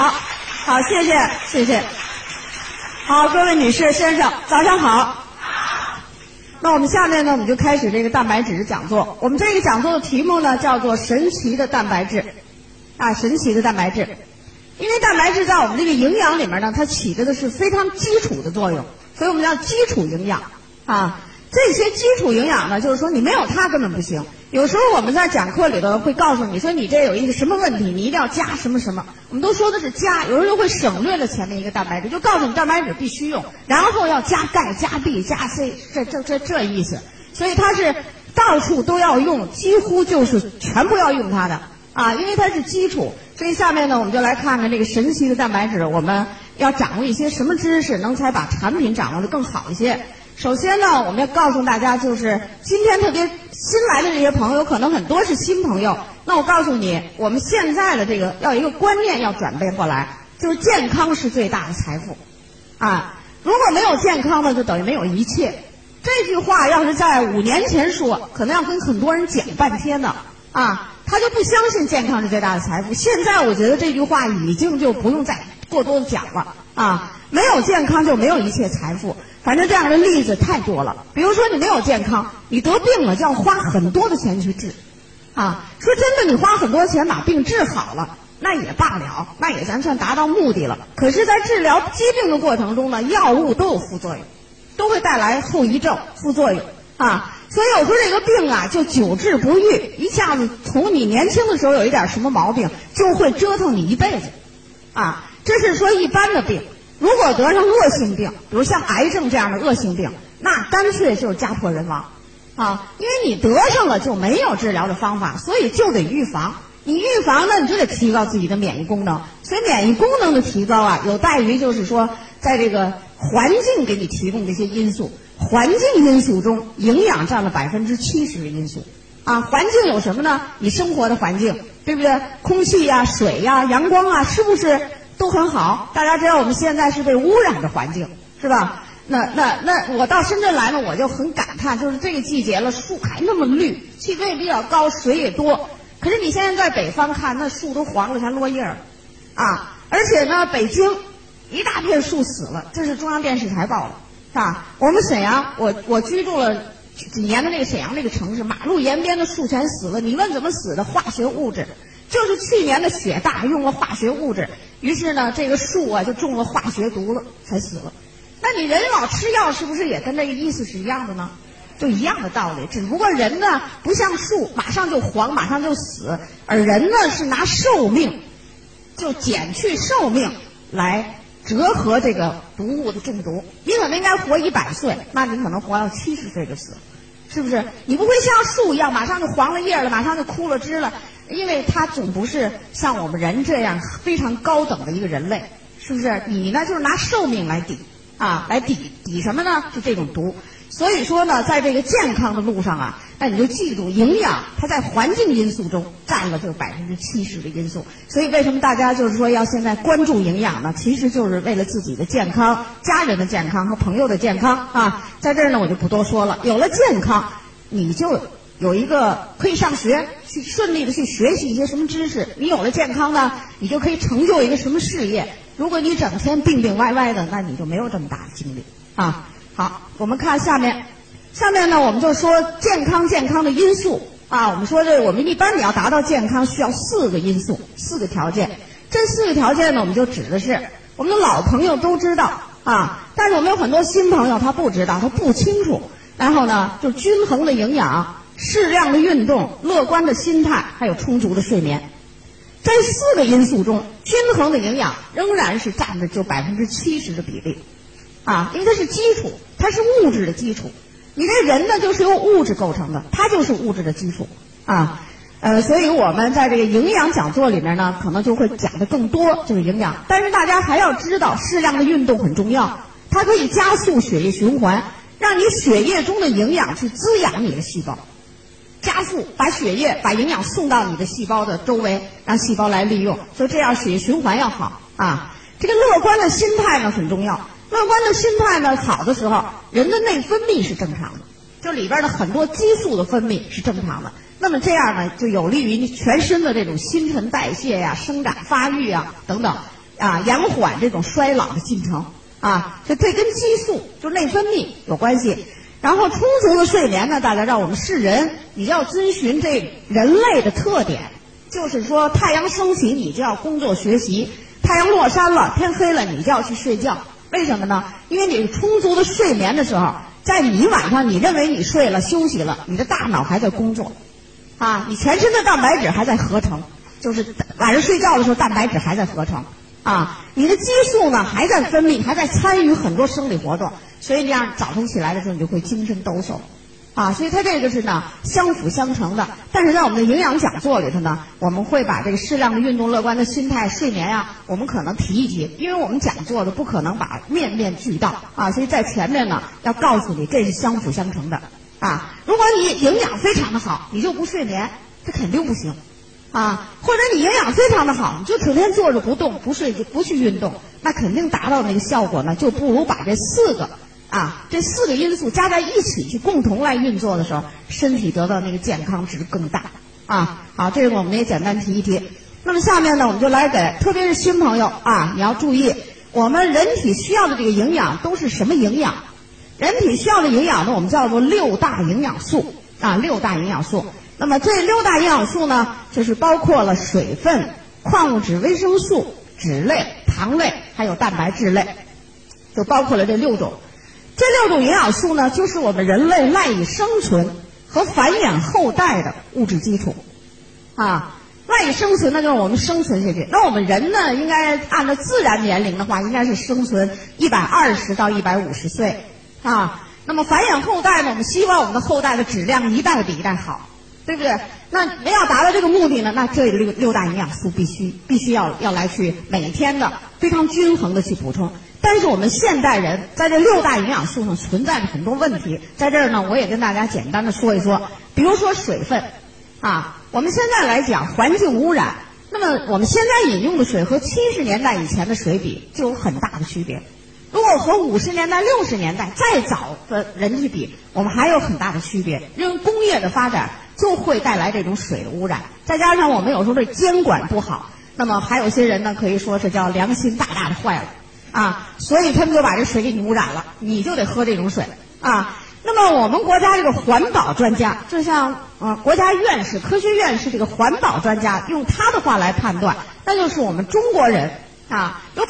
好，谢谢，谢谢。好，各位女士、先生，早上好。那我们下面呢，我们就开始这个蛋白质讲座。我们这个讲座的题目呢，叫做"神奇的蛋白质"，神奇的蛋白质。因为蛋白质在我们这个营养里面呢，它起着的是非常基础的作用，所以我们叫基础营养这些基础营养呢，就是说你没有它根本不行。有时候我们在讲课里头会告诉你说，你这有一个什么问题，你一定要加什么什么。我们都说的是加，有时候会省略了前面一个蛋白质，就告诉你蛋白质必须用，然后要加钙、加 B、加 C， 这意思。所以它是到处都要用，几乎就是全部要用它的因为它是基础。所以下面呢，我们就来看看这个神奇的蛋白质，我们要掌握一些什么知识，能才把产品掌握得更好一些。首先呢，我们要告诉大家，就是今天特别新来的这些朋友，有可能很多是新朋友。那我告诉你，我们现在的这个要有一个观念要转变过来，就是健康是最大的财富如果没有健康呢，就等于没有一切。这句话要是在5年前说，可能要跟很多人讲半天呢他就不相信健康是最大的财富。现在我觉得这句话已经就不用再过多的讲了没有健康就没有一切财富。反正这样的例子太多了。比如说你没有健康，你得病了就要花很多的钱去治说真的，你花很多钱把病治好了，那也罢了，那也咱算达到目的了。可是在治疗疾病的过程中呢，药物都有副作用，都会带来后遗症、副作用所以有时候这个病就久治不愈，一下子从你年轻的时候有一点什么毛病，就会折腾你一辈子这是说一般的病。如果得上恶性病，比如像癌症这样的恶性病，那干脆就是家破人亡因为你得上了就没有治疗的方法，所以就得预防。你预防呢，你就得提高自己的免疫功能。所以免疫功能的提高有待于就是说在这个环境给你提供这些因素。环境因素中，营养占了70%的因素环境有什么呢？你生活的环境，对不对？空气水阳光是不是都很好？大家知道我们现在是被污染的环境，是吧？那我到深圳来呢，我就很感叹，就是这个季节了，树还那么绿，气温也比较高，水也多。可是你现在在北方看，那树都黄了，全落叶了而且呢，北京一大片树死了，这是中央电视台报的我们沈阳，我居住了几年的那个沈阳这个城市，马路沿边的树全死了。你问怎么死的？化学物质，就是去年的雪大用了化学物质，于是呢这个树就中了化学毒了，才死了。那你人老吃药，是不是也跟这个意思是一样的呢？就一样的道理，只不过人呢不像树马上就黄马上就死，而人呢是拿寿命，就减去寿命来折合这个毒物的中毒。你可能应该活100岁，那你可能活到70岁就死了，是不是？你不会像树一样马上就黄了叶了，马上就枯了枝了，因为它总不是像我们人这样非常高等的一个人类，是不是？你呢就是拿寿命来抵来抵什么呢？就这种毒。所以说呢，在这个健康的路上那你就记住，营养它在环境因素中占了这70%的因素。所以为什么大家就是说要现在关注营养呢？其实就是为了自己的健康、家人的健康和朋友的健康在这儿呢，我就不多说了。有了健康，你就有一个可以上学，去顺利的去学习一些什么知识。你有了健康呢，你就可以成就一个什么事业。如果你整天病病歪歪的，那你就没有这么大的精力好，我们看下面呢，我们就说健康的因素我们说我们一般你要达到健康，需要4个因素，4个条件。这4个条件呢，我们就指的是我们的老朋友都知道但是我们有很多新朋友他不知道，他不清楚。然后呢，就均衡的营养、适量的运动、乐观的心态，还有充足的睡眠。这4个因素中，均衡的营养仍然是占着就70%的比例因为它是基础，它是物质的基础。你这人呢，就是由物质构成的，它就是物质的基础所以我们在这个营养讲座里面呢，可能就会讲的更多，就是营养。但是大家还要知道，适量的运动很重要，它可以加速血液循环，让你血液中的营养去滋养你的细胞，加速把血液把营养送到你的细胞的周围，让细胞来利用，所以这样血液循环要好这个乐观的心态呢很重要。乐观的心态呢好的时候，人的内分泌是正常的，就里边的很多激素的分泌是正常的。那么这样呢，就有利于你全身的这种新陈代谢生长发育等等。 延缓这种衰老的进程这跟激素就是内分泌有关系。然后充足的睡眠呢，大家知道我们是人，你要遵循这人类的特点，就是说太阳升起你就要工作学习，太阳落山了天黑了你就要去睡觉。为什么呢？因为你充足的睡眠的时候，在你晚上你认为你睡了休息了，你的大脑还在工作你全身的蛋白质还在合成，就是晚上睡觉的时候蛋白质还在合成你的激素呢还在分泌，还在参与很多生理活动，所以这样早晨起来的时候你就会精神抖擞所以它这个是呢相辅相成的。但是在我们的营养讲座里头呢，我们会把这个适量的运动、乐观的心态、睡眠我们可能提一提，因为我们讲座的不可能把面面俱到所以在前面呢要告诉你这是相辅相成的如果你营养非常的好，你就不睡眠，这肯定不行或者你营养非常的好，你就整天坐着不动不睡不去运动，那肯定达到那个效果呢，就不如把这四个因素加在一起去共同来运作的时候，身体得到那个健康值更大好，这个我们也简单提一提。那么下面呢，我们就来给特别是新朋友你要注意，我们人体需要的这个营养都是什么营养？人体需要的营养呢，我们叫做六大营养素六大营养素。那么这六大营养素呢，就是包括了水分、矿物质、维生素、脂类、糖类还有蛋白质类，就包括了这六种。这六种营养素呢，就是我们人类赖以生存和繁衍后代的物质基础赖以生存呢，就是我们生存下去。那我们人呢，应该按照自然年龄的话，应该是生存120到150岁那么繁衍后代呢，我们希望我们的后代的质量一代比一代好，对不对？那要达到这个目的呢，那这六大营养素必须要来去每天的非常均衡的去补充。但是我们现代人在这六大营养素上存在着很多问题，在这儿呢，我也跟大家简单的说一说。比如说水分我们现在来讲环境污染，那么我们现在饮用的水和70年代以前的水比就有很大的区别。如果和50年代、60年代再早的人去比，我们还有很大的区别。因为工业的发展就会带来这种水的污染，再加上我们有时候这监管不好，那么还有些人呢可以说是叫良心大大的坏了所以他们就把这水给你污染了，你就得喝这种水那么我们国家这个环保专家，就像国家院士、科学院士这个环保专家用他的话来判断，那就是我们中国人有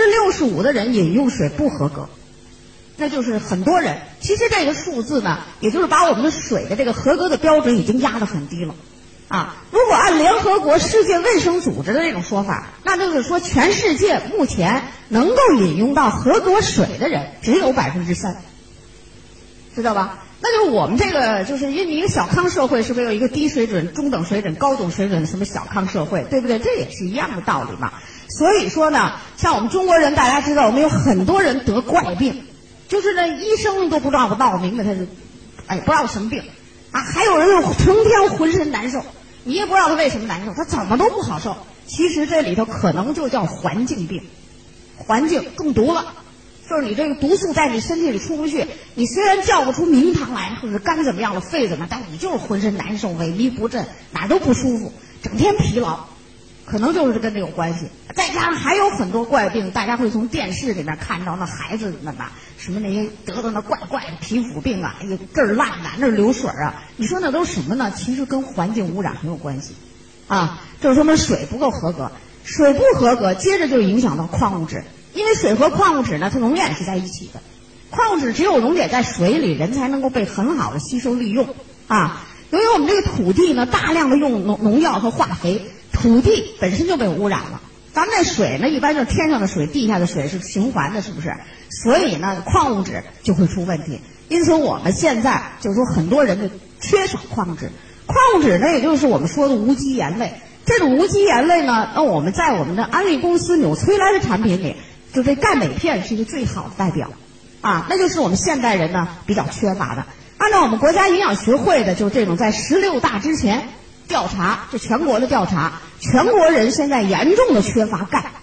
65%的人饮用水不合格，那就是很多人。其实这个数字呢，也就是把我们的水的这个合格的标准已经压得很低了如果按联合国世界卫生组织的这种说法，那就是说全世界目前能够饮用到合格水的人只有3%，知道吧？那就是我们这个就是因为一个小康社会，是不是有一个低水准、中等水准、高等水准什么小康社会，对不对？这也是一样的道理嘛。所以说呢，像我们中国人，大家知道我们有很多人得怪病，就是呢医生都不知道闹明白他是不知道什么病还有人成天浑身难受，你也不知道他为什么难受，他怎么都不好受。其实这里头可能就叫环境病，环境中毒了，就是你这个毒素在你身体里出不去，你虽然叫不出名堂来，或者肝怎么样了，肺怎么样，但你就是浑身难受，萎靡不振，哪都不舒服，整天疲劳，可能就是跟这有关系。再加上还有很多怪病，大家会从电视里面看到那孩子们什么那些得的那怪的皮肤病这儿烂那儿流水你说那都是什么呢？其实跟环境污染很有关系就是说明水不够合格，水不合格，接着就影响到矿物质，因为水和矿物质呢，它永远是在一起的。矿物质只有溶解在水里，人才能够被很好的吸收利用由于我们这个土地呢，大量的用农药和化肥，土地本身就被污染了。咱们这水呢，一般就是天上的水、地下的水是循环的，是不是？所以呢，矿物质就会出问题。因此，我们现在就是说，很多人就缺少矿物质。矿物质呢，也就是我们说的无机盐类。这种无机盐类呢，那我们在我们的安利公司纽崔莱的产品里，就这钙镁片是一个最好的代表那就是我们现代人呢比较缺乏的。按照我们国家营养学会的就是这种在16大之前调查，这全国的调查，全国人现在严重的缺乏钙，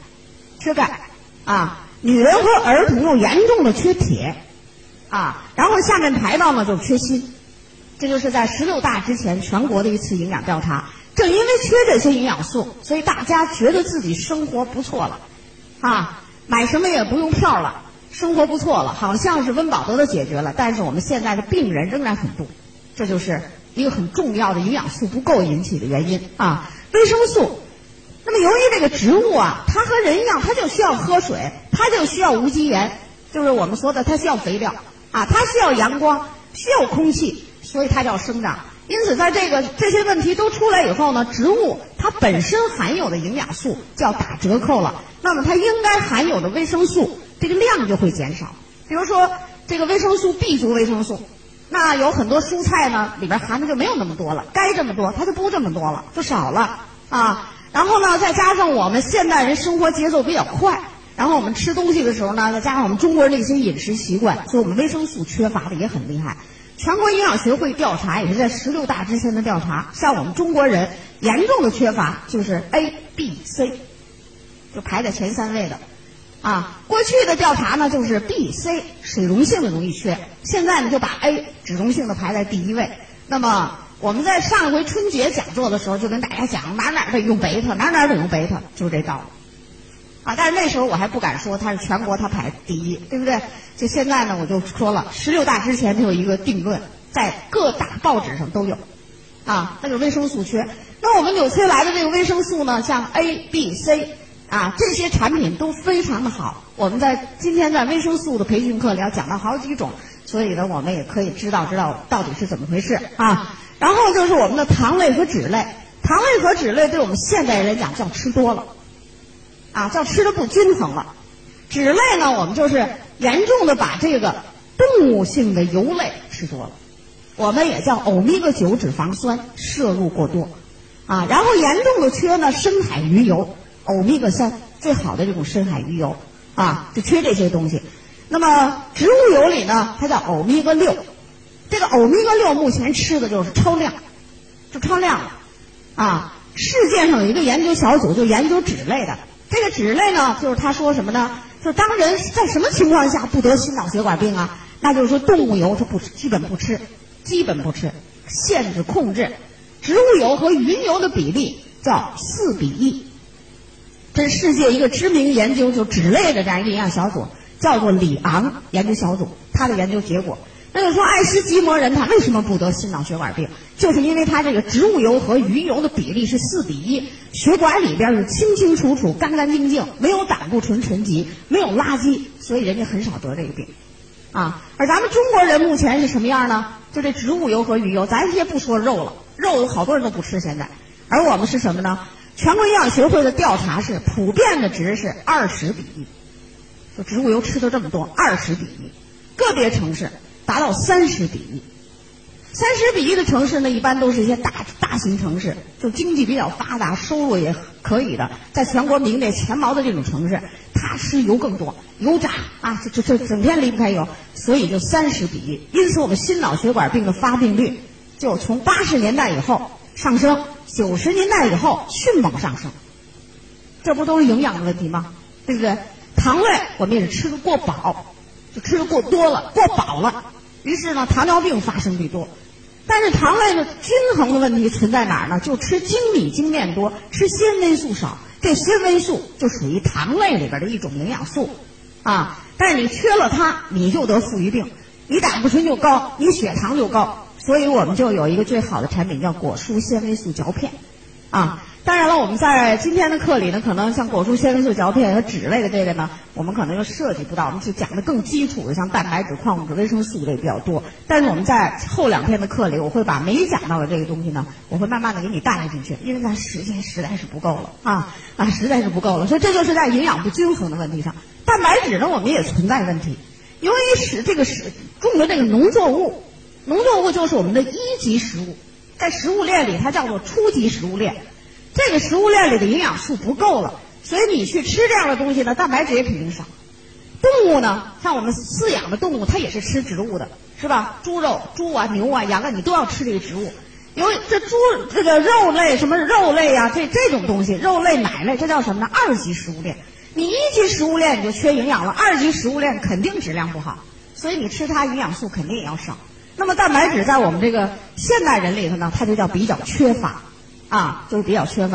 女人和儿童又严重的缺铁然后下面排到呢就是缺锌。这就是在16大之前全国的一次营养调查。正因为缺这些营养素，所以大家觉得自己生活不错了啊，买什么也不用票了，生活不错了，好像是温饱得到解决了，但是我们现在的病人仍然很多，这就是一个很重要的营养素不够引起的原因啊。维生素，那么由于这个植物啊，它和人一样，它就需要喝水，它就需要无机盐，就是我们说的它需要肥料啊，它需要阳光，需要空气，所以它叫生长。因此在这些问题都出来以后呢，植物它本身含有的营养素就要打折扣了，那么它应该含有的维生素这个量就会减少。比如说这个维生素 B 族维生素，那有很多蔬菜呢里边含的就没有那么多了，该这么多它就不这么多了，就少了啊。然后呢再加上我们现代人生活节奏比较快，然后我们吃东西的时候呢，再加上我们中国人的一些饮食习惯，所以我们维生素缺乏的也很厉害。全国营养学会调查也是在16大之前的调查，像我们中国人严重的缺乏就是 A、B、C， 就排在前3位的啊。过去的调查呢就是 B、C 水溶性的容易缺，现在呢就把 A 脂溶性的排在第1位。那么我们在上一回春节讲座的时候就跟大家讲，哪得用贝塔，哪得用贝塔，就是这道理啊。但是那时候我还不敢说它是全国它排第1，对不对？就现在呢我就说了，16大之前就有一个定论，在各大报纸上都有啊，那就是维生素缺。那我们纽崔莱的这个维生素呢，像 A、B、C 啊，这些产品都非常的好。我们今天在维生素的培训课里要讲到好几种，所以呢我们也可以知道到底是怎么回事啊。然后就是我们的糖类和脂类，糖类和脂类对我们现代人来讲叫吃多了啊，叫吃的不均衡了。脂类呢，我们就是严重的把这个动物性的油类吃多了，我们也叫欧米伽9脂肪酸摄入过多啊。然后严重的缺呢深海鱼油，欧米伽3最好的这种深海鱼油啊，就缺这些东西。那么植物油里呢，它叫欧米伽6，这个欧米伽6目前吃的就是超量，就超量了啊。世界上有一个研究小组就研究脂类的，这个脂类呢，就是他说什么呢？就是当人在什么情况下不得心脑血管病啊？那就是说动物油它基本不吃，限制控制。植物油和鱼油的比例叫4比1，这是世界一个知名研究就脂类的这样一个营养小组，叫做里昂研究小组，他的研究结果。那就说爱斯基摩人他为什么不得心脑血管病，就是因为他这个植物油和鱼油的比例是4比1，血管里边是清清楚楚干干净净，没有胆固醇沉积，没有垃圾，所以人家很少得这个病啊。而咱们中国人目前是什么样呢？就这植物油和鱼油，咱先不说肉了，肉有好多人都不吃现在，而我们是什么呢？全国营养学会的调查是普遍的值是20比1，就植物油吃的这么多，20比1，个别城市达到30比1，30比1的城市呢，一般都是一些大型城市，就经济比较发达，收入也可以的，在全国名列前茅的这种城市，它吃油更多，油炸啊，这整天离不开油，所以就30比1。因此，我们心脑血管病的发病率就从80年代以后上升，90年代以后迅猛上升，这不都是营养的问题吗？对不对？糖类我们也是吃得过饱，就吃得过多了，过饱了。于是呢，糖尿病发生率多。但是糖类的均衡的问题存在哪儿呢？就吃精米精面多，吃纤维素少。这纤维素就属于糖类里边的一种营养素啊。但是你缺了它，你就得富余病，你胆固醇就高，你血糖就高。所以我们就有一个最好的产品叫果蔬纤维素嚼片啊。当然了，我们在今天的课里呢，可能像果蔬纤维素嚼片和脂类的这个呢，我们可能又涉及不到，我们就讲的更基础的，像蛋白质、矿物质、维生素类比较多。但是我们在后2天的课里，我会把没讲到的这个东西呢，我会慢慢的给你带进去，因为咱时间实在是不够了实在是不够了。所以这就是在营养不均衡的问题上。蛋白质呢，我们也存在问题，由于种的这个农作物就是我们的1级食物，在食物链里它叫做初级食物链。这个食物链里的营养素不够了，所以你去吃这样的东西呢，蛋白质也肯定少。动物呢，像我们饲养的动物，它也是吃植物的，是吧？猪肉、猪啊、牛啊、羊啊，你都要吃这个植物。因为这个肉类，什么肉类啊，这种东西，肉类、奶类，这叫什么呢？2级食物链。你1级食物链你就缺营养了，2级食物链肯定质量不好，所以你吃它营养素肯定也要少。那么蛋白质在我们这个现代人里头呢，它就叫比较缺乏。就是比较缺乏。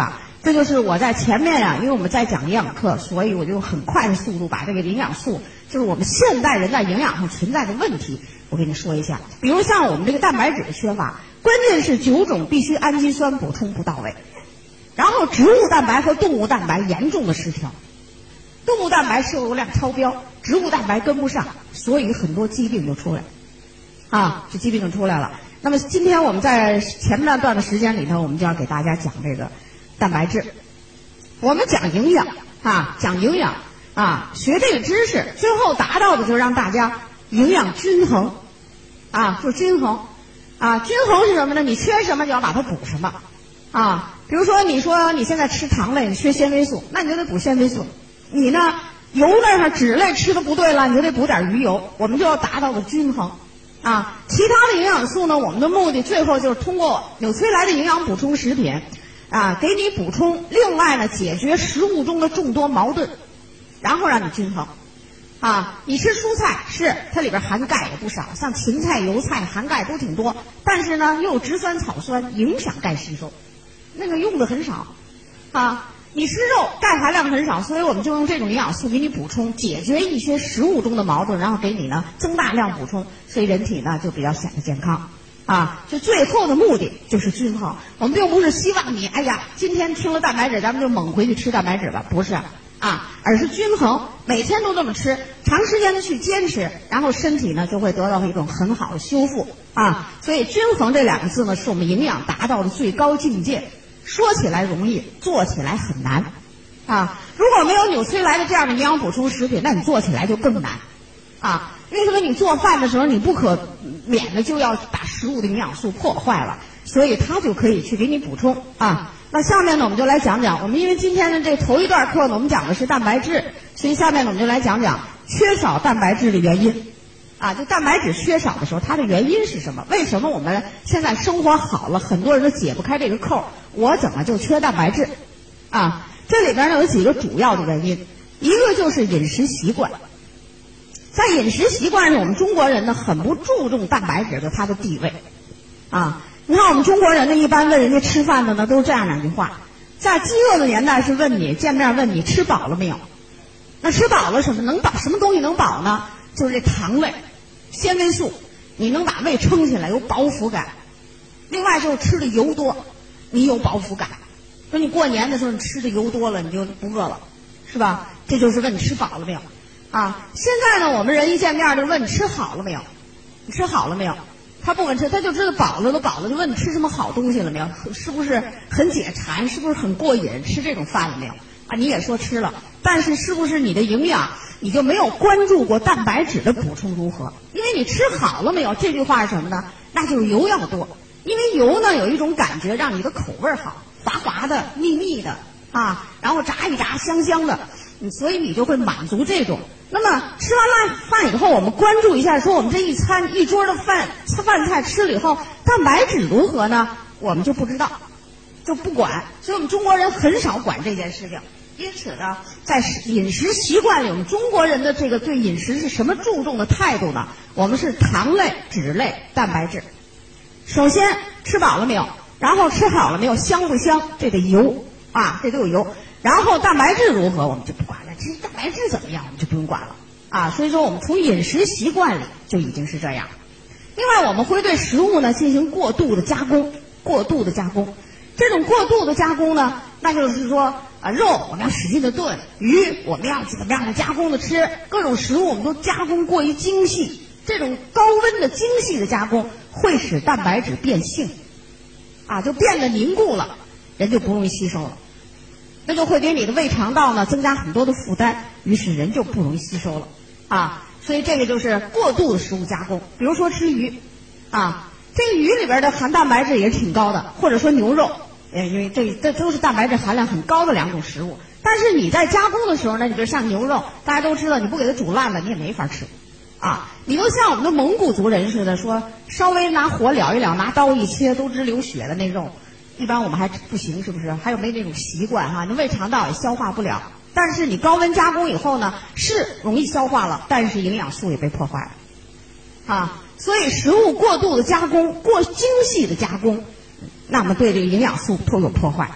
这就是我在前面呀，因为我们在讲营养课，所以我就很快的速度把这个营养素，就是我们现代人在营养上存在的问题，我给你说一下。比如像我们这个蛋白质的缺乏，关键是9种必需氨基酸补充不到位，然后植物蛋白和动物蛋白严重的失调，动物蛋白摄入量超标，植物蛋白跟不上，所以很多疾病就出来这疾病就出来了。那么今天我们在前面段的时间里头，我们就要给大家讲这个蛋白质。我们讲营养讲营养学这个知识，最后达到的就是让大家营养均衡就是均衡均衡是什么呢？你缺什么就要把它补什么比如说你说你现在吃糖类，你缺纤维素，那你就得补纤维素。你呢油类和脂类吃的不对了，你就得补点鱼油，我们就要达到个均衡其他的营养素呢，我们的目的最后就是通过纽崔莱的营养补充食品给你补充，另外呢解决食物中的众多矛盾，然后让你均衡你吃蔬菜是它里边含钙也不少，像芹菜、油菜含钙都挺多，但是呢又有植酸草酸影响钙吸收，那个用的很少你吃肉钙含量很少，所以我们就用这种营养素给你补充，解决一些食物中的矛盾，然后给你呢增大量补充，所以人体呢就比较显得健康就最后的目的就是均衡。我们并不是希望你今天听了蛋白质咱们就猛回去吃蛋白质了，不是而是均衡，每天都这么吃，长时间的去坚持，然后身体呢就会得到一种很好的修复所以均衡这2个字呢是我们营养达到的最高境界，说起来容易，做起来很难如果没有纽崔莱的这样的营养补充食品，那你做起来就更难为什么？你做饭的时候你不可免的就要把食物的营养素破坏了，所以它就可以去给你补充那下面呢我们就来讲讲，我们因为今天的这头一段课呢我们讲的是蛋白质，所以下面呢我们就来讲讲缺少蛋白质的原因就蛋白质缺少的时候它的原因是什么？为什么我们现在生活好了，很多人都解不开这个扣，我怎么就缺蛋白质这里边呢有几个主要的原因，一个就是饮食习惯。在饮食习惯上，我们中国人呢很不注重蛋白质的它的地位你看我们中国人呢一般问人家吃饭的呢都是这样2句话，在饥饿的年代是问你见面问你吃饱了没有，那吃饱了什么能饱，什么东西能饱呢？就是这糖类、纤维素，你能把胃撑起来，有饱腹感。另外就是吃的油多，你有饱腹感。说你过年的时候你吃的油多了，你就不饿了，是吧？这就是问你吃饱了没有现在呢我们人一见面就问你吃好了没有，你吃好了没有，他不问吃，他就知道饱了都饱了，就问你吃什么好东西了没有，是不是很解馋，是不是很过瘾，吃这种饭了没有你也说吃了，但是是不是你的营养你就没有关注过蛋白质的补充如何？因为你吃好了没有这句话是什么呢？那就是油要多，因为油呢有一种感觉让你的口味好，滑滑的腻腻的然后炸一炸香香的，所以你就会满足这种。那么吃完了饭以后，我们关注一下，说我们这一餐一桌的饭菜吃了以后，蛋白质如何呢？我们就不知道，就不管，所以我们中国人很少管这件事情。因此呢，在饮食习惯里，我们中国人的这个对饮食是什么注重的态度呢？我们是糖类、脂类、蛋白质。首先吃饱了没有，然后吃好了没有，香不香，这得油这都有油。然后蛋白质如何我们就不管了，其实蛋白质怎么样我们就不用管了所以说我们从饮食习惯里就已经是这样。另外我们会对食物呢进行过度的加工，这种过度的加工呢，那就是说肉我们要使劲的炖，鱼我们要怎么样的加工的吃，各种食物我们都加工过于精细，这种高温的精细的加工会使蛋白质变性就变得凝固了，人就不容易吸收了，那就会给你的胃肠道呢增加很多的负担，于是人就不容易吸收了所以这个就是过度的食物加工。比如说吃鱼这个鱼里边的含蛋白质也是挺高的，或者说牛肉，因为这都是蛋白质含量很高的2种食物。但是你在加工的时候呢，你就像牛肉，大家都知道，你不给它煮烂了，你也没法吃你都像我们的蒙古族人似的，说稍微拿火燎一燎，拿刀一切，都直流血的那肉，一般我们还不行，是不是？还有没那种习惯你胃肠道也消化不了。但是你高温加工以后呢，是容易消化了，但是营养素也被破坏了所以食物过度的加工，过精细的加工，那么对这个营养素都有破坏。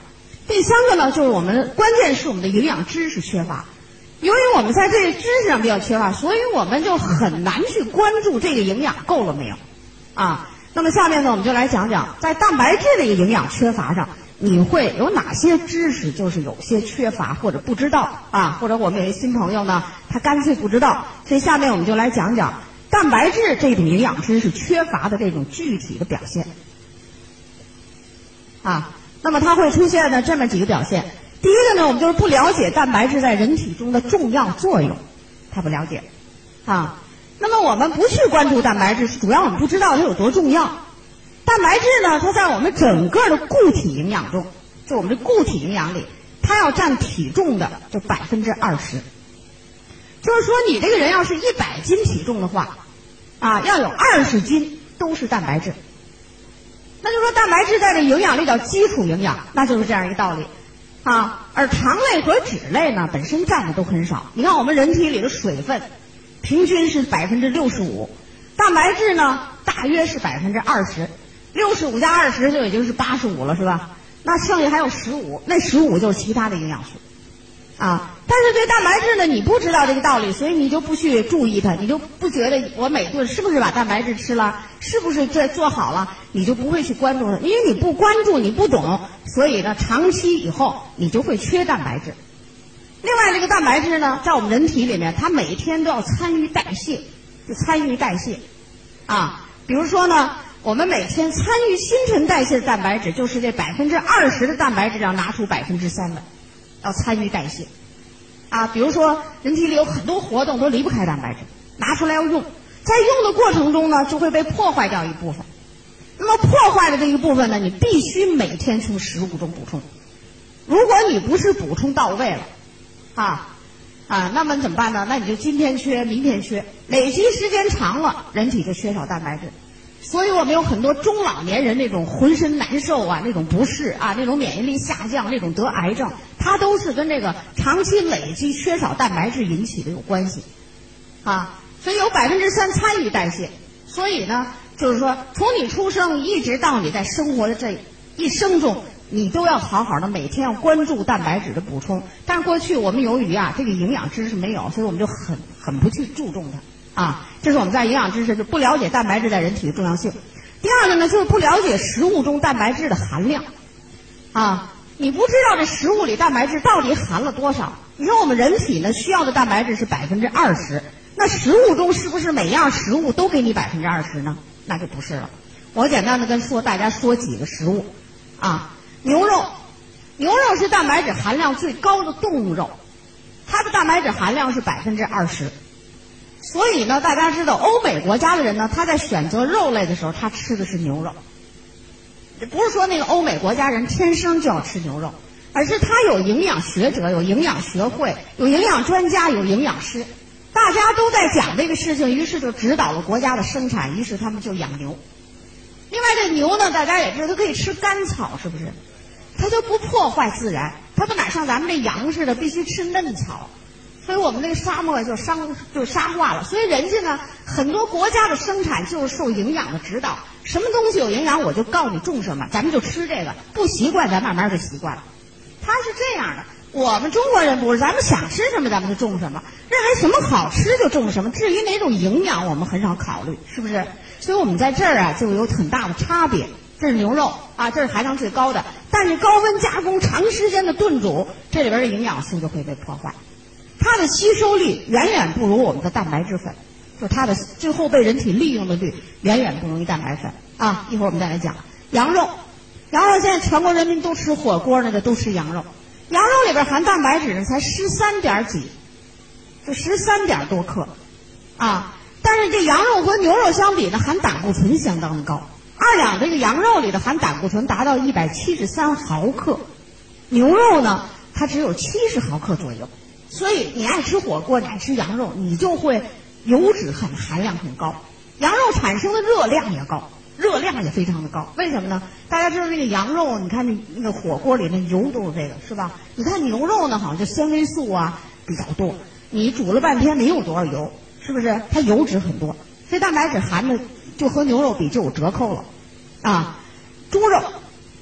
第三个呢，就是关键是我们的营养知识缺乏。由于我们在这个知识上比较缺乏，所以我们就很难去关注这个营养够了没有啊。那么下面呢，我们就来讲讲在蛋白质这个营养缺乏上，你会有哪些知识就是有些缺乏或者不知道啊，或者我们有一新朋友呢，他干脆不知道。所以下面我们就来讲讲蛋白质这种营养知识缺乏的这种具体的表现啊。那么它会出现呢这么几个表现。第一个呢，我们就是不了解蛋白质在人体中的重要作用，他不了解啊。那么我们不去关注蛋白质，主要我们不知道它有多重要。蛋白质呢，它在我们整个的固体营养中，就我们的固体营养里，它要占体重的就20%。就是说，你这个人要是100斤体重的话，啊，要有20斤都是蛋白质。那就说蛋白质在这营养里叫基础营养，那就是这样一个道理啊。而糖类和脂类呢，本身占的都很少。你看我们人体里的水分平均是65%，蛋白质呢大约是20%，65加20就也就是85了，是吧？那剩下还有15，那15就是其他的营养素啊。但是对蛋白质呢，你不知道这个道理，所以你就不去注意它，你就不觉得我每顿是不是把蛋白质吃了，是不是这做好了，你就不会去关注它，因为你不关注，你不懂，所以呢，长期以后你就会缺蛋白质。另外，这个蛋白质呢，在我们人体里面，它每天都要参与代谢，啊。比如说呢，我们每天参与新陈代谢的蛋白质，就是这20%的蛋白质要拿出3%的，要参与代谢。啊，比如说人体里有很多活动都离不开蛋白质，拿出来要用，在用的过程中呢，就会被破坏掉一部分。那么破坏的这一部分呢，你必须每天从食物中补充。如果你不是补充到位了，那么怎么办呢？那你就今天缺，明天缺，累积时间长了，人体就缺少蛋白质。所以我们有很多中老年人那种浑身难受啊，那种不适啊，那种免疫力下降，那种得癌症，它都是跟这个长期累积缺少蛋白质引起的有关系啊。所以有3%参与代谢，所以呢，就是说从你出生一直到你在生活的这一生中，你都要好好的每天要关注蛋白质的补充。但是过去我们由于这个营养知识没有，所以我们就很不去注重它。这是我们在营养知识就不了解蛋白质在人体的重要性。第二个呢，就是不了解食物中蛋白质的含量你不知道这食物里蛋白质到底含了多少。你说我们人体呢需要的蛋白质是20%，那食物中是不是每样食物都给你20%呢？那就不是了。我简单的大家说几个食物牛肉是蛋白质含量最高的动物肉，它的蛋白质含量是20%。所以呢，大家知道欧美国家的人呢，他在选择肉类的时候，他吃的是牛肉。不是说那个欧美国家人天生就要吃牛肉，而是他有营养学者，有营养学会，有营养专家，有营养师，大家都在讲这个事情，于是就指导了国家的生产，于是他们就养牛。另外这牛呢，大家也知道它可以吃干草，是不是？它就不破坏自然，它不哪像咱们这羊似的必须吃嫩草。所以我们那个沙漠就沙化了。所以人家呢，很多国家的生产就是受营养的指导，什么东西有营养我就告诉你种什么，咱们就吃这个，不习惯咱慢慢就习惯了。它是这样的。我们中国人不是，咱们想吃什么咱们就种什么，认为什么好吃就种什么，至于哪种营养我们很少考虑，是不是？所以我们在这儿就有很大的差别。这是牛肉这是含量最高的，但是高温加工长时间的炖煮，这里边的营养素就会被破坏。它的吸收率远远不如我们的蛋白质粉，就是它的最后被人体利用的率远远不如蛋白粉一会儿我们再来讲羊肉。现在全国人民都吃火锅那个都吃羊肉，羊肉里边含蛋白质呢才13点几，就13点多克但是这羊肉和牛肉相比呢，含胆固醇相当的高。2两这个羊肉里的含胆固醇达到173毫克，牛肉呢它只有70毫克左右。所以你爱吃火锅，你爱吃羊肉，你就会油脂含量很高，羊肉产生的热量也高，热量也非常的高。为什么呢？大家知道那个羊肉，你看那个火锅里那油都是这个，是吧？你看牛肉呢，好像就纤维素比较多，你煮了半天没有多少油，是不是？它油脂很多，所以蛋白质含的就和牛肉比就有折扣了猪肉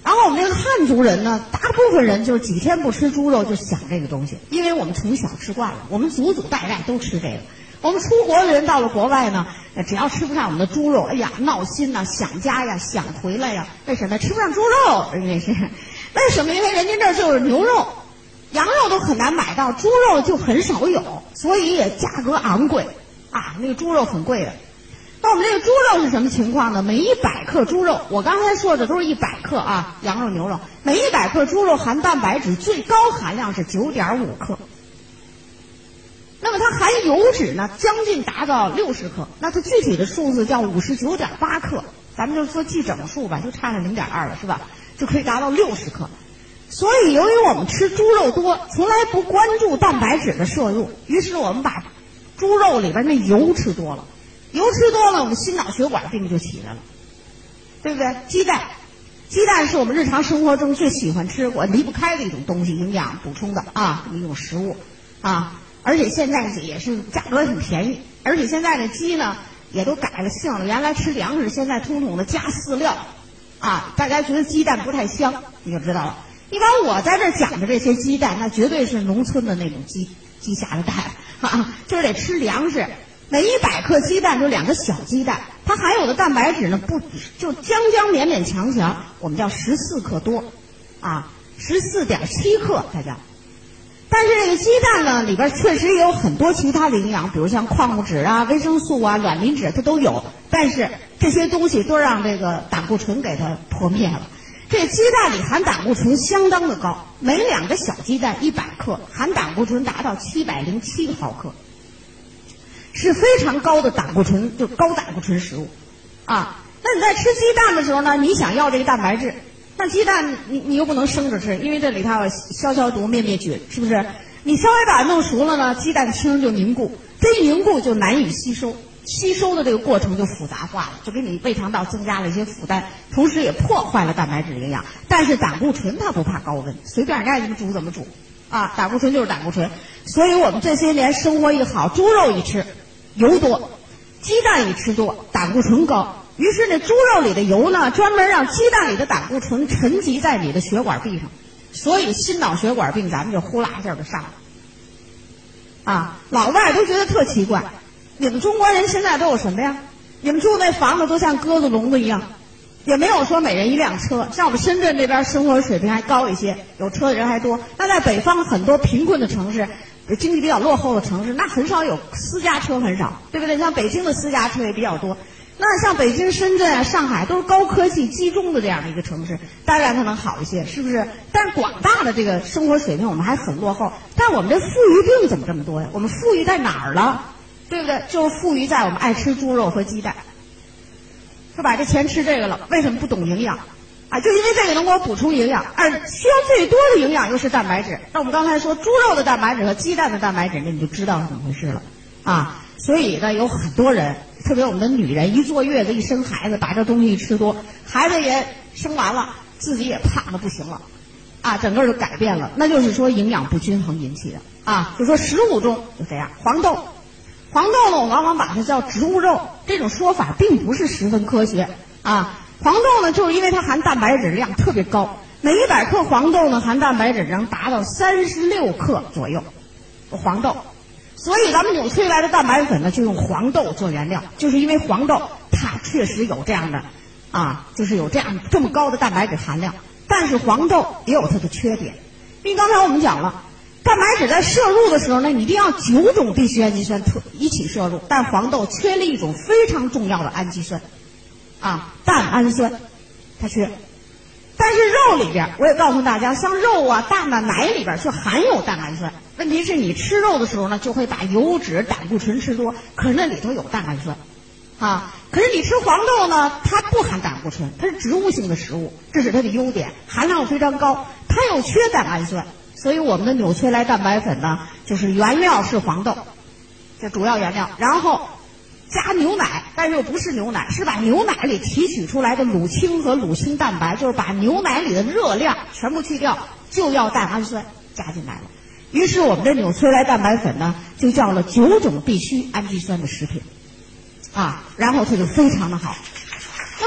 然后我们这个汉族人呢，大部分人就是几天不吃猪肉就想这个东西，因为我们从小吃惯了，我们祖祖代代都吃这个。我们出国的人到了国外呢，只要吃不上我们的猪肉，哎呀闹心呐，想家呀，想回来呀。为什么吃不上猪肉？因为是为什么？因为人家这儿就是牛肉、羊肉都很难买到，猪肉就很少有，所以也价格昂贵啊。那个猪肉很贵的。那我们这个猪肉是什么情况呢？每100克猪肉，我刚才说的都是100克啊，羊肉、牛肉，每100克猪肉含蛋白质最高含量是9.5克。那么它含油脂呢，将近达到60克，那它具体的数字叫59.8克，咱们就说记整数吧，就差了0.2了，是吧？就可以达到60克。所以由于我们吃猪肉多，从来不关注蛋白质的摄入，于是我们把猪肉里边那油吃多了。油吃多了，我们心脑血管病就起来了，对不对？鸡蛋是我们日常生活中最喜欢吃、我离不开的一种东西，营养补充的啊，一种食物啊。而且现在也是价格很便宜，而且现在的鸡呢也都改了性了，原来吃粮食，现在统统的加饲料啊。大家觉得鸡蛋不太香，你就知道了。一般我在这讲的这些鸡蛋，那绝对是农村的那种鸡下的蛋啊，就是得吃粮食。每100克鸡蛋就2个小鸡蛋，它含有的蛋白质呢就勉强，我们叫14克多，啊，14.7克才叫。但是这个鸡蛋呢里边确实也有很多其他的营养，比如像矿物质啊、维生素啊、卵磷脂它都有，但是这些东西都让这个胆固醇给它破灭了。这个鸡蛋里含胆固醇相当的高，每2个小鸡蛋100克含胆固醇达到707毫克。是非常高的胆固醇，就高胆固醇食物，啊，那你在吃鸡蛋的时候呢，你想要这个蛋白质，那鸡蛋你又不能生着吃，因为这里头有消毒、灭菌，是不是？你稍微把它弄熟了呢，鸡蛋清就凝固，这一凝固就难以吸收，吸收的这个过程就复杂化了，就给你胃肠道增加了一些负担，同时也破坏了蛋白质营养。但是胆固醇它不怕高温，随便人家怎么煮怎么煮，啊，胆固醇就是胆固醇。所以我们这些年生活一好，猪肉一吃油多，鸡蛋一吃多，胆固醇高，于是那猪肉里的油呢，专门让鸡蛋里的胆固醇沉积在你的血管壁上，所以心脑血管病咱们就呼啦一下就上了。啊，老外都觉得特奇怪，你们中国人现在都有什么呀？你们住那房子都像鸽子笼子一样，也没有说每人1辆车，像我们深圳这边生活水平还高一些，有车的人还多。那在北方很多贫困的城市，经济比较落后的城市，那很少有私家车，很少，对不对？像北京的私家车也比较多。那像北京、深圳啊、上海都是高科技集中的这样的一个城市，当然它能好一些，是不是？但是广大的这个生活水平我们还很落后。但我们这富裕病怎么这么多呀？我们富裕在哪儿了？对不对？就是富裕在我们爱吃猪肉和鸡蛋，是吧？这钱吃这个了，为什么不懂营养？啊，就因为这个能给我补充营养，而需要最多的营养又是蛋白质。那我们刚才说猪肉的蛋白质和鸡蛋的蛋白质，那你就知道是怎么回事了啊。所以呢，有很多人，特别我们的女人，一坐月子一生孩子，把这东西一吃多，孩子也生完了，自己也胖的不行了，啊，整个就改变了。那就是说营养不均衡引起的啊。就说食物中就这样，黄豆呢，我往往把它叫植物肉，这种说法并不是十分科学啊。黄豆呢，就是因为它含蛋白质量特别高，每100克黄豆呢含蛋白质能达到36克左右，黄豆。所以咱们纽崔莱的蛋白粉呢，就用黄豆做原料，就是因为黄豆它确实有这样的啊，就是有这么高的蛋白质含量。但是黄豆也有它的缺点，因为刚才我们讲了，蛋白质在摄入的时候呢，你一定要9种必需氨基酸一起摄入，但黄豆缺了一种非常重要的氨基酸，啊，蛋氨酸，它缺。但是肉里边，我也告诉大家，像肉啊、蛋啊、奶里边就含有蛋氨酸。问题是你吃肉的时候呢，就会把油脂、胆固醇吃多，可是那里头有蛋氨酸，啊，可是你吃黄豆呢，它不含胆固醇，它是植物性的食物，这是它的优点，含量非常高，它又缺蛋氨酸，所以我们的纽崔莱蛋白粉呢，就是原料是黄豆，这主要原料，然后加牛奶，但是又不是牛奶，是把牛奶里提取出来的乳清和乳清蛋白，就是把牛奶里的热量全部去掉，就要蛋氨酸加进来了。于是我们的纽崔莱蛋白粉呢，就叫了9种必需氨基酸的食品，啊，然后它就非常的好。那么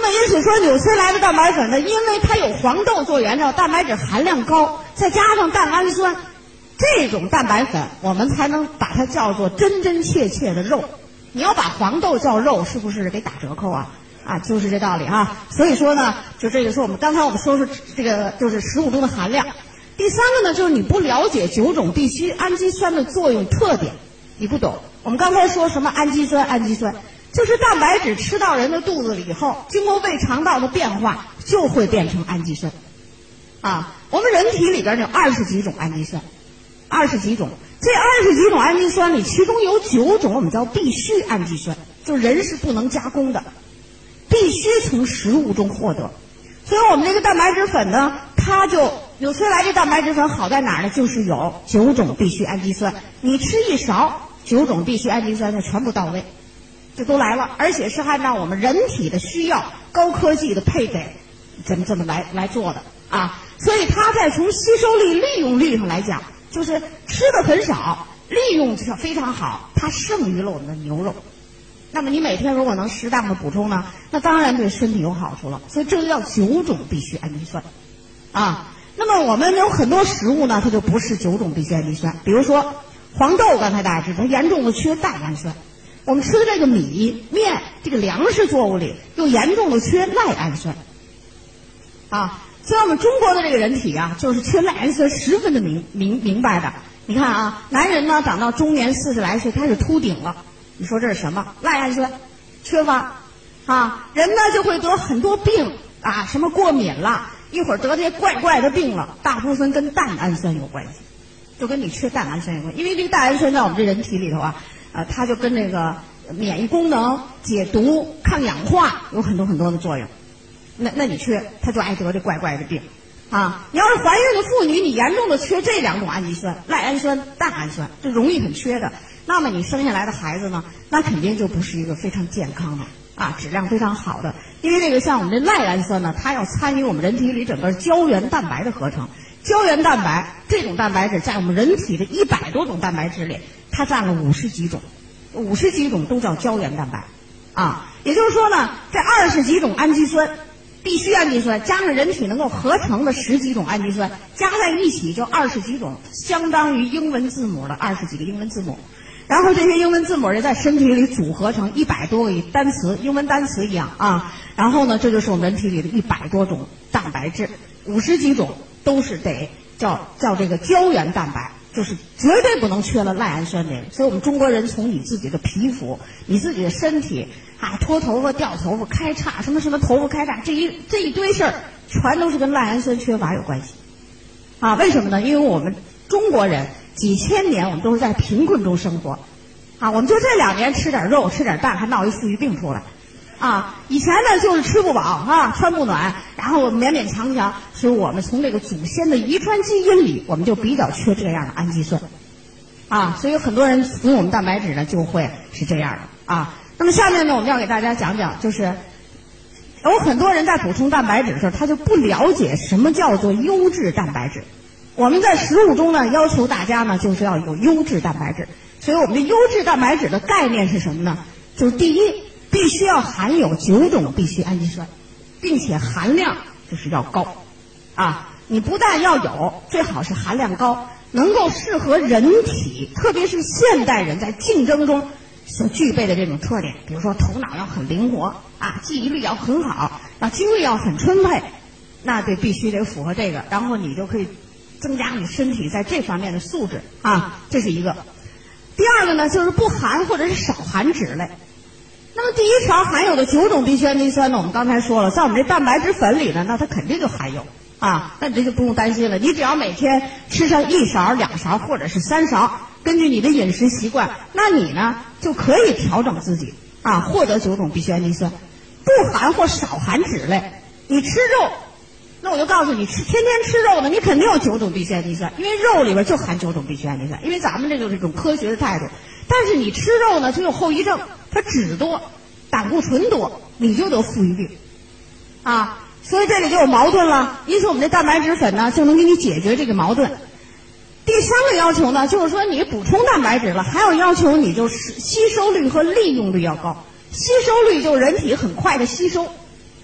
么因此说纽崔莱的蛋白粉呢，因为它有黄豆做原料，蛋白质含量高，再加上蛋氨酸，这种蛋白粉我们才能把它叫做真真切切的肉。你要把黄豆叫肉，是不是得打折扣啊？就是这道理啊。所以说呢，就这个是我们刚才我们说是这个就是食物中的含量。第三个呢，就是你不了解9种必需氨基酸的作用特点，你不懂。我们刚才说什么氨基酸，就是蛋白质吃到人的肚子里以后，经过胃肠道的变化，就会变成氨基酸。我们人体里边有20几种氨基酸，20几种。这20几种氨基酸里，其中有9种我们叫必需氨基酸，就人是不能加工的，必须从食物中获得。所以我们这个蛋白质粉呢，它就纽崔莱这蛋白质粉好在哪儿呢？就是有9种必需氨基酸，你吃一勺，9种必需氨基酸就全部到位，就都来了，而且是按照我们人体的需要、高科技的配给，这么来做的啊。所以它在从吸收力、利用率上来讲，就是吃的很少，利用非常好，它胜于了我们的牛肉。那么你每天如果能适当的补充呢，那当然对身体有好处了。所以这就叫9种必需氨基酸那么我们有很多食物呢，它就不是9种必需氨基酸。比如说黄豆，刚才大家知道它严重的缺蛋氨酸。我们吃的这个米面这个粮食作物里又严重的缺赖氨酸所以我们中国的这个人体就是缺赖氨酸十分的明白的。你看男人呢长到中年40来岁开始秃顶了，你说这是什么？赖氨酸缺乏人呢就会得很多病什么过敏了，一会儿得这些怪的病了，大部分跟蛋氨酸有关系，就跟你缺蛋氨酸有关系。因为这个蛋氨酸在我们这人体里头它就跟这个免疫功能、解毒、抗氧化有很多的作用。那你缺，它就爱得这怪的病你要是怀孕的妇女，你严重的缺这2种氨基酸，赖氨酸、蛋氨酸，这容易很缺的。那么你生下来的孩子呢，那肯定就不是一个非常健康的质量非常好的。因为这个像我们这赖氨酸呢，它要参与我们人体里整个胶原蛋白的合成。胶原蛋白这种蛋白质在我们人体的100多种蛋白质里，它占了50几种，50几种都叫胶原蛋白也就是说呢，这20几种氨基酸必需氨基酸加上人体能够合成的10几种氨基酸加在一起就20几种，相当于英文字母的20几个英文字母。然后这些英文字母也在身体里组合成100多个单词，英文单词一样然后呢，这就是我们人体里的100多种蛋白质，50几种都是得叫这个胶原蛋白，就是绝对不能缺了赖氨酸这个。所以我们中国人从你自己的皮肤、你自己的身体脱头发、掉头发、开叉什么头发开叉，这一堆事儿全都是跟赖氨酸缺乏有关系为什么呢？因为我们中国人几千年我们都是在贫困中生活我们就这2年吃点肉吃点蛋还闹一富裕病出来以前呢就是吃不饱穿不暖，然后勉强，所以我们从这个祖先的遗传基因里，我们就比较缺这样的氨基酸所以很多人服用我们蛋白质呢就会是这样的那么下面呢我们要给大家讲讲，就是有很多人在补充蛋白质的时候，他就不了解什么叫做优质蛋白质。我们在食物中呢要求大家呢就是要有优质蛋白质。所以我们的优质蛋白质的概念是什么呢？就是第一，必须要含有9种必需氨基酸，并且含量就是要高你不但要有，最好是含量高，能够适合人体，特别是现代人在竞争中所具备的这种特点。比如说头脑要很灵活记忆力要很好精力要很充沛，那对必须得符合这个，然后你就可以增加你身体在这方面的素质这是一个。第二个呢，就是不含或者是少含脂类。那么第一勺含有的9种必需氨基酸呢，我们刚才说了，在我们这蛋白质粉里呢，那它肯定就含有那你这就不用担心了。你只要每天吃上1勺、2勺或者是3勺，根据你的饮食习惯，那你呢就可以调整自己获得9种必需氨基酸。不含或少含脂类，你吃肉，那我就告诉你，天天吃肉呢，你肯定有9种必需氨基酸，因为肉里边就含9种必需氨基酸，因为咱们这就是一种科学的态度。但是你吃肉呢，它有后遗症，它脂多，胆固醇多，你就得富裕病所以这里就有矛盾了。因此我们这蛋白质粉呢就能给你解决这个矛盾。第3个要求呢，就是说你补充蛋白质了，还要要求你就是吸收率和利用率要高。吸收率就是人体很快的吸收，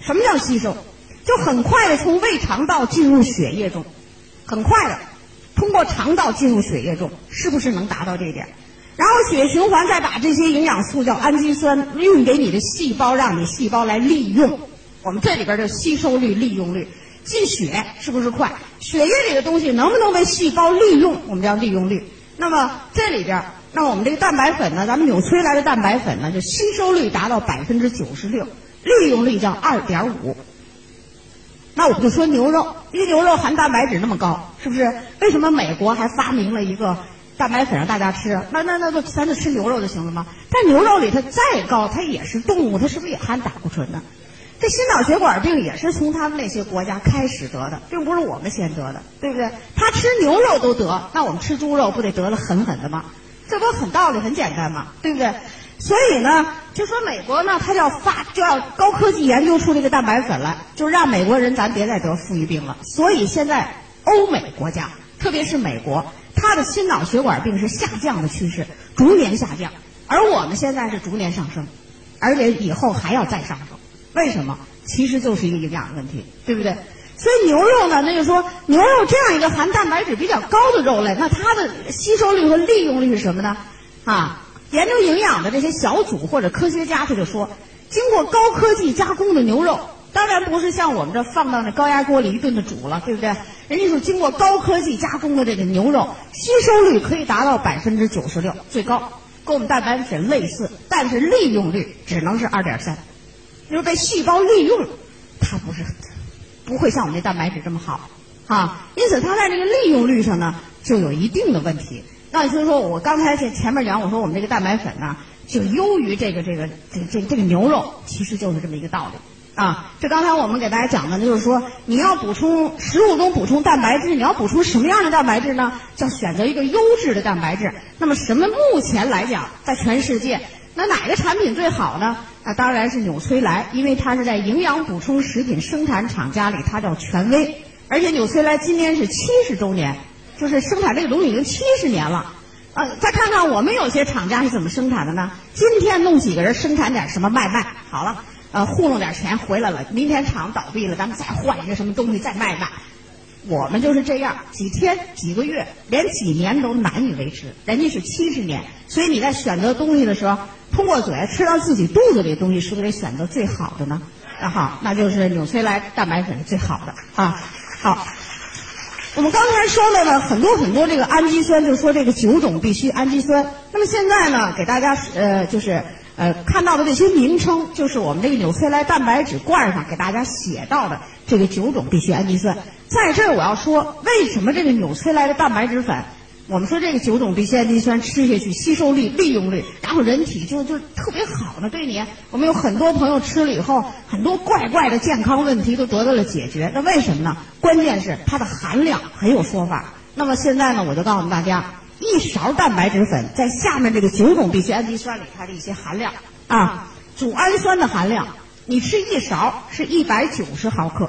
什么叫吸收？就很快的从胃肠道进入血液中，很快的通过肠道进入血液中，是不是能达到这一点？然后血液循环再把这些营养素叫氨基酸运给你的细胞，让你细胞来利用。我们这里边的吸收率、利用率，进血是不是快？血液里的东西能不能被细胞利用？我们叫利用率。那么这里边，那我们这个蛋白粉呢，咱们纽崔莱的蛋白粉呢，就吸收率达到96%，利用率叫2.5。那我们就说牛肉，因为牛肉含蛋白质那么高，是不是？为什么美国还发明了一个蛋白粉让大家吃？那咱就吃牛肉就行了吗？但牛肉里它再高，它也是动物，它是不是也含胆固醇呢？这心脑血管病也是从他们那些国家开始得的，并不是我们先得的，对不对？他吃牛肉都得，那我们吃猪肉不得得了狠狠的吗？这不很道理，很简单嘛，对不对？所以呢，就说美国呢，它就要高科技研究出这个蛋白粉来，就让美国人咱别再得富裕病了。所以现在欧美国家，特别是美国，它的心脑血管病是下降的趋势，逐年下降，而我们现在是逐年上升，而且以后还要再上升。为什么？其实就是一个营养问题，对不对？所以牛肉呢，那就说牛肉这样一个含蛋白质比较高的肉类，那它的吸收率和利用率是什么呢？研究营养的这些小组或者科学家他就说，经过高科技加工的牛肉，当然不是像我们这放到那高压锅里一顿的煮了，对不对？人家说经过高科技加工的这个牛肉，吸收率可以达到96%，最高，跟我们蛋白粉类似，但是利用率只能是2.3，就是被细胞利用，它不会像我们这蛋白质这么好因此它在这个利用率上呢就有一定的问题。那就是说我刚才前面讲，我说我们这个蛋白粉呢就优于这个牛肉，其实就是这么一个道理这刚才我们给大家讲的就是说，你要补充食物中补充蛋白质，你要补充什么样的蛋白质呢？叫选择一个优质的蛋白质。那么目前来讲，在全世界，那哪个产品最好呢？那当然是纽崔莱，因为它是在营养补充食品生产厂家里，它叫权威。而且纽崔莱今年是70周年，就是生产这个东西已经70年了。再看看我们有些厂家是怎么生产的呢？今天弄几个人生产点什么卖，好了，糊弄点钱回来了，明天厂倒闭了，咱们再换一个什么东西再卖。我们就是这样，几天几个月连几年都难以维持，人家是70年。所以你在选择东西的时候，通过嘴吃到自己肚子里的东西，是不是得选择最好的呢？好，那就是纽崔莱蛋白粉是最好的好，我们刚才说了呢，很多这个氨基酸，就说这个9种必需氨基酸。那么现在呢，给大家看到的这些名称，就是我们这个纽崔莱蛋白质罐上给大家写到的这个9种必需氨基酸。在这儿我要说，为什么这个纽崔莱的蛋白质粉，我们说这个9种必需氨基酸吃下去吸收率、利用率，然后人体就特别好呢？对你，我们有很多朋友吃了以后，很多怪的健康问题都得到了解决。那为什么呢？关键是它的含量很有说法。那么现在呢，我就告诉大家，一勺蛋白质粉在下面这个9种必需氨基酸里它的一些含量组氨酸的含量，你吃一勺是190毫克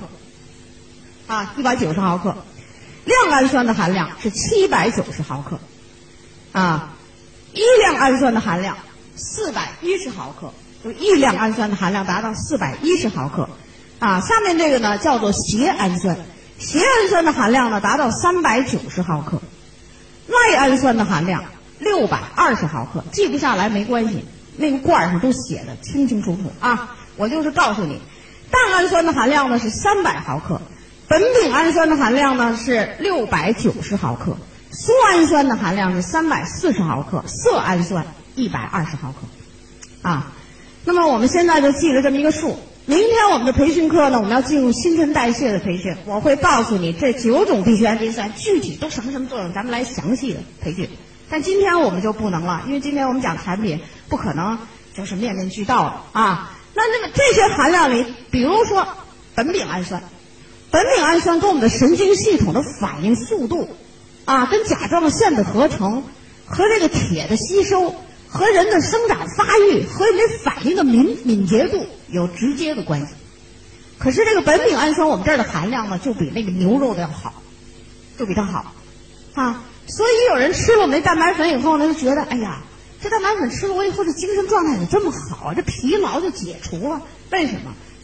190毫克。亮氨酸的含量是790毫克一亮氨酸的含量410毫克，就一亮氨酸的含量达到410毫克下面这个呢叫做缬氨酸，缬氨酸的含量呢达到390毫克，赖氨酸的含量620毫克。记不下来没关系，那个罐上都写的清清楚楚我就是告诉你，氮氨酸的含量呢是300毫克，苯丙氨酸的含量呢是690毫克，苏氨酸的含量是340毫克，色氨酸120毫克那么我们现在就记了这么一个数。明天我们的培训课呢，我们要进入新陈代谢的培训，我会告诉你这9种必需氨基酸具体都什么作用，咱们来详细的培训。但今天我们就不能了，因为今天我们讲产品不可能就是面面俱到了那么这些含量里，比如说苯丙氨酸，苯丙氨酸跟我们的神经系统的反应速度跟甲状腺的合成和这个铁的吸收和人的生长发育和人反应的敏捷度有直接的关系。可是这个苯丙氨酸我们这儿的含量呢，就比那个牛肉的要好，就比它好所以有人吃了我们那蛋白粉以后呢，就觉得哎呀，这蛋白粉吃了我以后这精神状态怎么这么好这疲劳就解除了。为什么？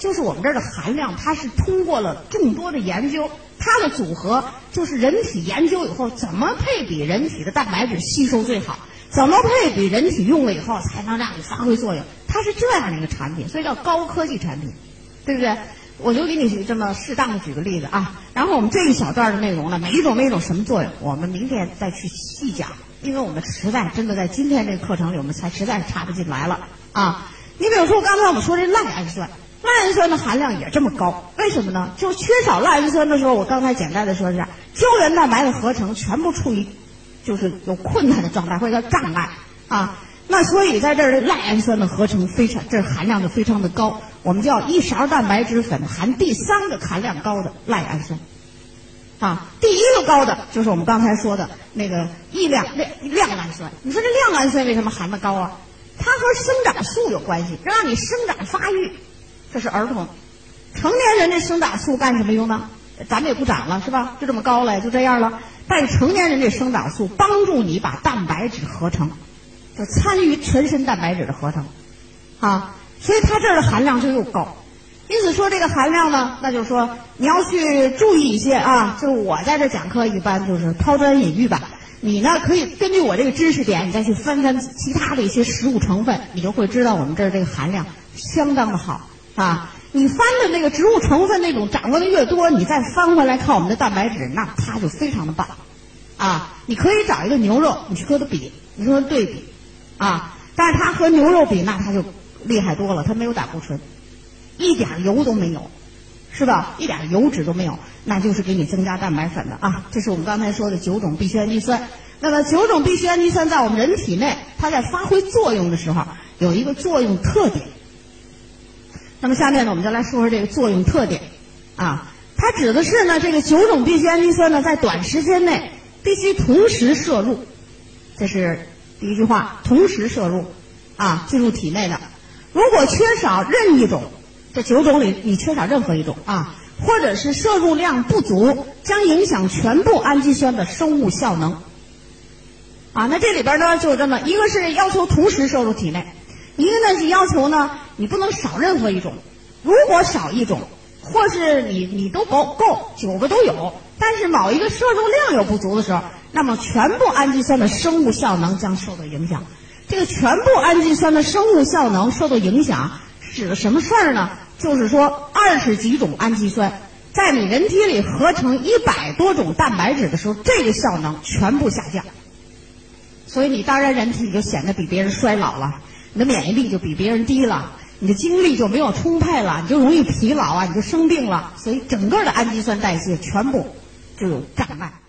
就是我们这儿的含量，它是通过了众多的研究，它的组合就是人体研究以后怎么配比人体的蛋白质吸收最好，怎么配比人体用了以后才能让你发挥作用，它是这样的一个产品，所以叫高科技产品，对不对？我就给你这么适当的举个例子啊，然后我们这一小段的内容呢，每一种什么作用，我们明天再去细讲，因为我们实在真的在今天这个课程里，我们实在是插不进来了啊。你比如说刚才我们说这赖氨酸，赖氨酸的含量也这么高，为什么呢？就缺少赖氨酸的时候，我刚才简单的说一下，胶原蛋白的合成全部处于就是有困难的状态或者叫障碍啊。那所以在这儿赖氨酸的合成这含量就非常的高，我们叫一勺蛋白质粉含第3个含量高的赖氨酸啊，第1个高的就是我们刚才说的那个亮氨酸。你说这亮氨酸为什么含的高啊？它和生长素有关系，让你生长发育，这是儿童。成年人这生长素干什么用呢？咱们也不长了是吧？就这么高了，就这样了。但是成年人这生长素帮助你把蛋白质合成，就参与全身蛋白质的合成啊，所以它这儿的含量就又高。因此说这个含量呢，那就是说你要去注意一些啊，就是我在这讲课一般就是抛砖引玉吧，你呢可以根据我这个知识点，你再去翻其他的一些食物成分，你就会知道我们这儿这个含量相当的好啊。你翻的那个植物成分那种掌握的越多，你再翻回来看我们的蛋白质，那它就非常的棒啊。你可以找一个牛肉，你去和它比，你和它对比啊，但是它和牛肉比，那它就厉害多了，它没有胆固醇，一点油都没有，是吧？一点油脂都没有，那就是给你增加蛋白粉的啊。这是我们刚才说的9种必需氨基酸。那么9种必需氨基酸在我们人体内，它在发挥作用的时候有一个作用特点。那么下面呢，我们就来说说这个作用特点啊。它指的是呢，这个9种必需氨基酸呢，在短时间内必须同时摄入，这是第一句话，同时摄入啊，进入体内的。如果缺少任一种，这9种里你缺少任何一种啊，或者是摄入量不足，将影响全部氨基酸的生物效能啊。那这里边呢，就这么一个是要求同时摄入体内，一个呢是要求呢你不能少任何一种。如果少一种，或是你都够9个都有，但是某一个摄入量有不足的时候，那么全部氨基酸的生物效能将受到影响。这个全部氨基酸的生物效能受到影响指的什么事儿呢？就是说20几种氨基酸在你人体里合成100多种蛋白质的时候，这个效能全部下降。所以你当然人体就显得比别人衰老了，你的免疫力就比别人低了，你的精力就没有充沛了，你就容易疲劳啊，你就生病了。所以整个的氨基酸代谢全部就有障碍。